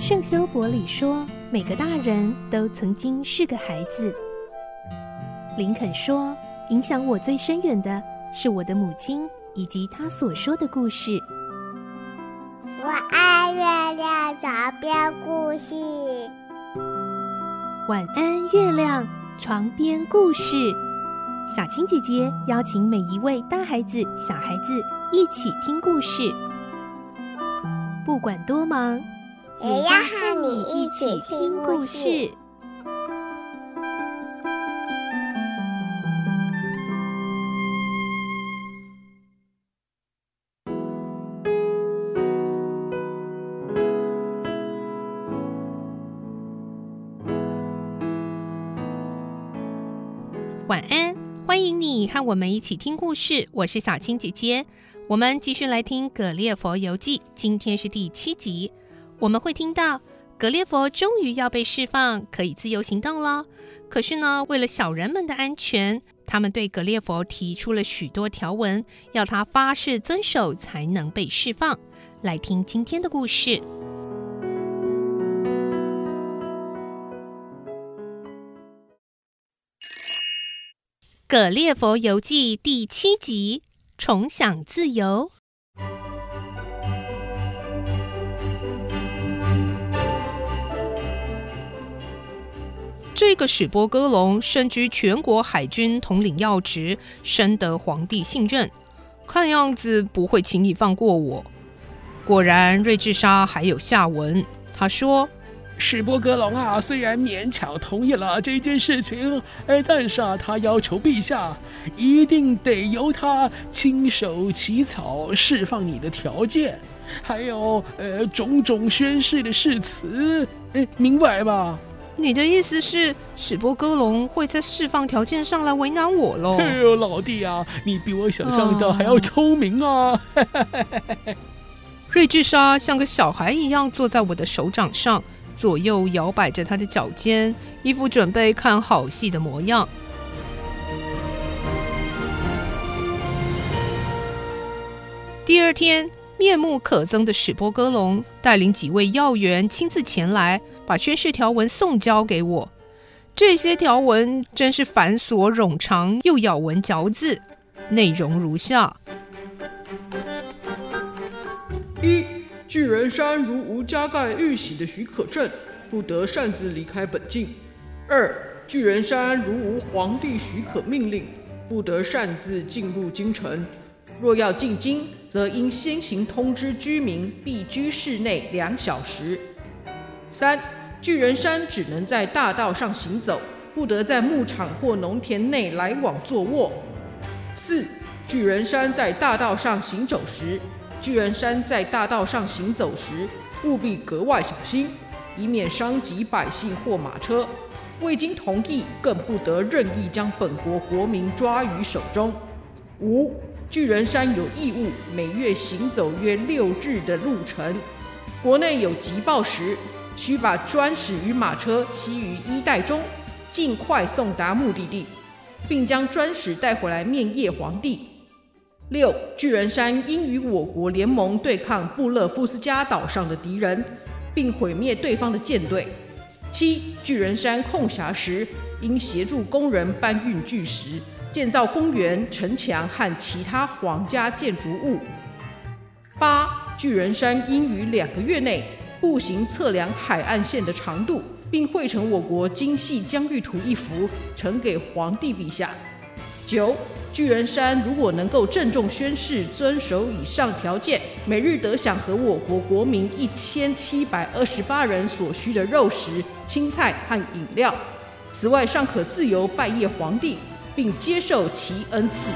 圣修伯里说，每个大人都曾经是个孩子。林肯说，影响我最深远的是我的母亲以及她所说的故事。 我爱月亮床边故事。 晚安，月亮床边故事。小青姐姐邀请每一位大孩子、小孩子一起听故事，不管多忙， 也要和你一起听故事。 晚安，欢迎你和我们一起听故事，我是小青姐姐。我们继续来听《葛列佛游记》，今天是第7集。我们会听到葛列佛终于要被释放，可以自由行动了。可是呢，为了小人们的安全，他们对葛列佛提出了许多条文，要他发誓遵守才能被释放。来听今天的故事。《葛列佛游记》第7集，重享自由。这个史波哥龙身居全国海军统领要职，深得皇帝信任，看样子不会轻易放过我。果然，瑞治莎还有下文。他说， 史波哥龙啊，虽然勉强同意了这件事情，但是他要求陛下一定得由他亲手起草释放你的条件，还有种种宣誓的誓词，明白吧？ 你的意思是史波哥龙会在释放条件上来为难我咯？ 哎呦，老弟啊，你比我想象的还要聪明啊！ 瑞治莎像个小孩一样坐在我的手掌上，左右摇摆着他的脚尖，一副准备看好戏的模样。第二天，面目可憎的史波哥龙带领几位要员亲自前来，把宣誓条文送交给我。这些条文真是繁琐冗长，又咬文嚼字，内容如下： 一、巨人山如无加盖玉玺的许可证，不得擅自离开本境。2、巨人山如无皇帝许可命令，不得擅自进入京城。若要进京，则应先行通知居民，必居室内2小时。3、巨人山只能在大道上行走，不得在牧场或农田内来往坐卧。4、巨人山在大道上行走时，务必格外小心，以免伤及百姓或马车。未经同意，更不得任意将本国国民抓于手中。5、巨人山有义务每月行走约6日的路程，国内有急报时，需把砖石与马车吸于衣袋中，尽快送达目的地，并将砖石带回来面谒皇帝。6、巨人山应与我国联盟对抗布勒夫斯加岛上的敌人，并毁灭对方的舰队。7、巨人山空暇时，应协助工人搬运巨石，建造公园、城墙和其他皇家建筑物。8、巨人山应于2个月内步行测量海岸线的长度，并绘成我国精细疆域图1幅，呈给皇帝陛下。9、巨人山如果能够郑重宣誓遵守以上条件，每日得享和我国国民1728人所需的肉食、青菜和饮料。此外，尚可自由拜谒皇帝，并接受其恩赐。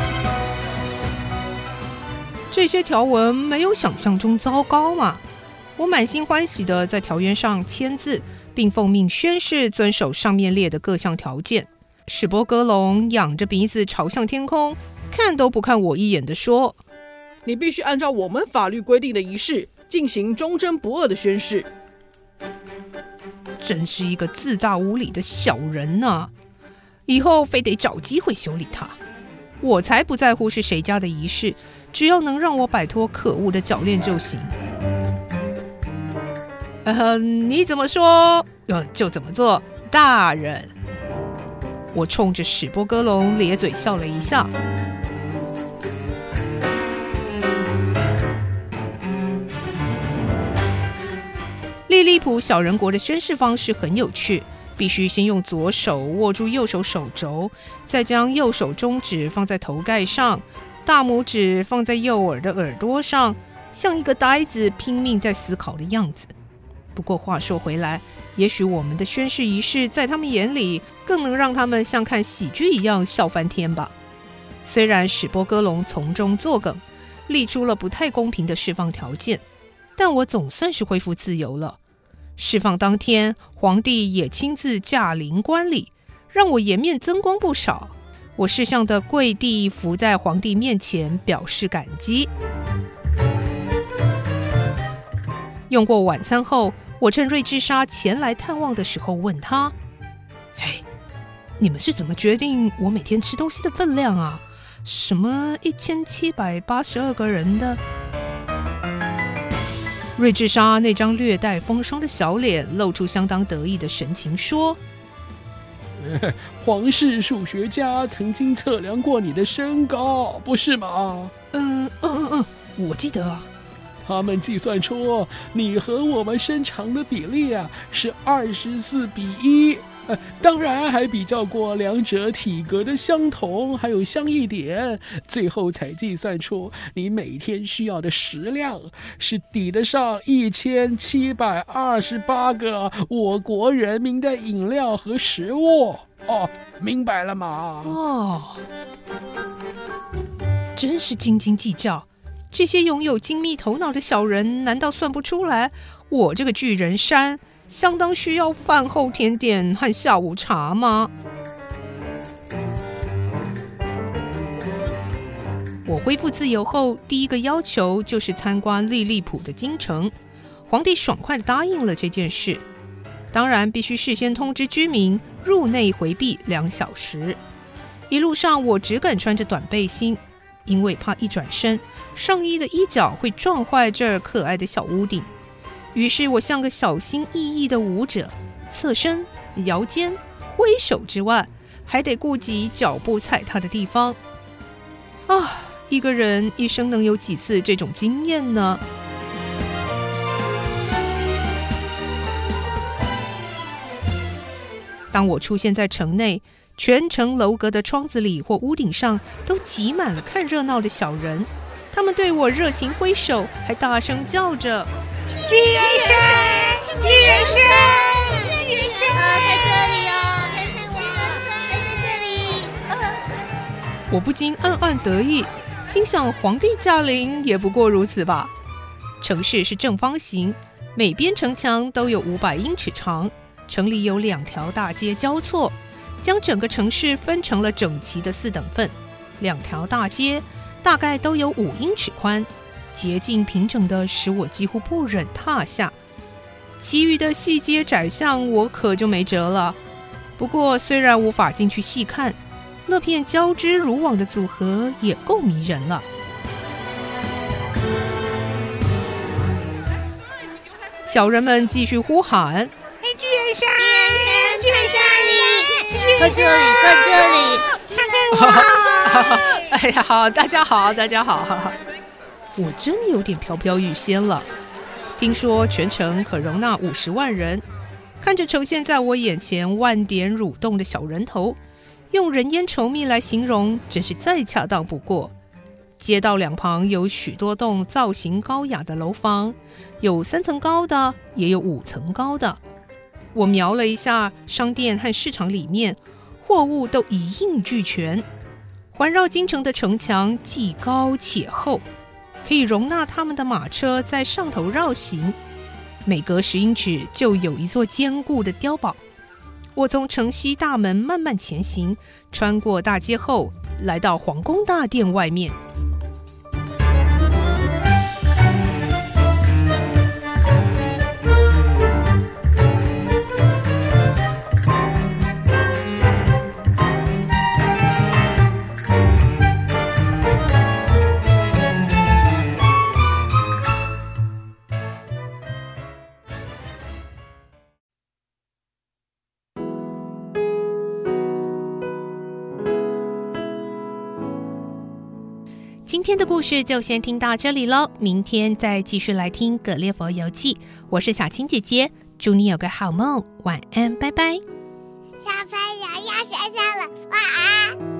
这些条文没有想象中糟糕嘛？我满心欢喜地在条约上签字，并奉命宣誓遵守上面列的各项条件。史波哥龙仰着鼻子朝向天空，看都不看我一眼地说： 你必须按照我们法律规定的仪式进行忠贞不二的宣誓。 真是一个自大无礼的小人啊！以后非得找机会修理他。我才不在乎是谁家的仪式，只要能让我摆脱可恶的脚链就行。 你怎么说，就怎么做，大人。我冲着史波哥龙咧嘴笑了一下。利利普小人国的宣誓方式很有趣，必须先用左手握住右手手肘，再将右手中指放在头盖上，大拇指放在右耳的耳朵上，像一个呆子拼命在思考的样子。不过话说回来，也许我们的宣誓仪式在他们眼里更能让他们像看喜剧一样笑翻天吧。虽然史波哥龙从中作梗，立出了不太公平的释放条件，但我总算是恢复自由了。释放当天，皇帝也亲自驾临观礼，让我颜面增光不少。我识相的跪地伏在皇帝面前表示感激。用过晚餐后，我趁瑞智莎前来探望的时候问他：嘿，你们是怎么决定我每天吃东西的分量啊？什么1782个人的？瑞智莎那张略带风霜的小脸露出相当得意的神情说： 皇室数学家曾经测量过你的身高，不是吗？ 我记得啊。 他们计算出你和我们身长的比例是24:1，当然还比较过两者体格的相同还有相异点，最后才计算出你每天需要的食量是抵得上1728个我国人民的饮料和食物。明白了吗？ 真是斤斤计较。这些拥有精密头脑的小人难道算不出来我这个巨人山相当需要饭后甜点和下午茶吗？我恢复自由后，第一个要求就是参观利利普的京城。皇帝爽快地答应了这件事，当然必须事先通知居民入内回避2小时。一路上我只敢穿着短背心，因为怕一转身上衣的衣角会撞坏这儿可爱的小屋顶。于是我像个小心翼翼的舞者，侧身、摇肩、挥手之外，还得顾及脚步踩踏的地方。一个人一生能有几次这种经验呢？当我出现在城内，全城楼阁的窗子里或屋顶上都挤满了看热闹的小人，他们对我热情挥手，还大声叫着： 巨人山，巨人山，巨人山，在这里哦，看看我，在这里。 我不禁暗暗得意，心想皇帝驾临也不过如此吧。城市是正方形，每边城墙都有500英尺长，城里有2条大街交错，将整个城市分成了整齐的4等份。2条大街大概都有5英尺宽，洁净平整的使我几乎不忍踏下。其余的细街窄巷我可就没辙了。不过虽然无法进去细看，那片交织如网的组合也够迷人了。小人们继续呼喊： 巨人山，巨人山里，在这里，在这里，看看我。 哎呀，好，大家好，大家好。我真有点飘飘欲仙了。听说全城可容纳50万人，看着呈现在我眼前万点蠕动的小人头，用人烟稠密来形容真是再恰当不过。街道两旁有许多栋造型高雅的楼房，有3层高的，也有5层高的。我瞄了一下商店和市场里面，货物都一应俱全。环绕京城的城墙既高且厚，可以容纳他们的马车在上头绕行，每隔10英尺就有一座坚固的碉堡。我从城西大门慢慢前行，穿过大街后，来到皇宫大殿外面。 今天的故事就先听到这里咯，明天再继续来听《葛列佛游记》。我是小青姐姐，祝你有个好梦，晚安，拜拜。 小朋友要睡觉了，晚安。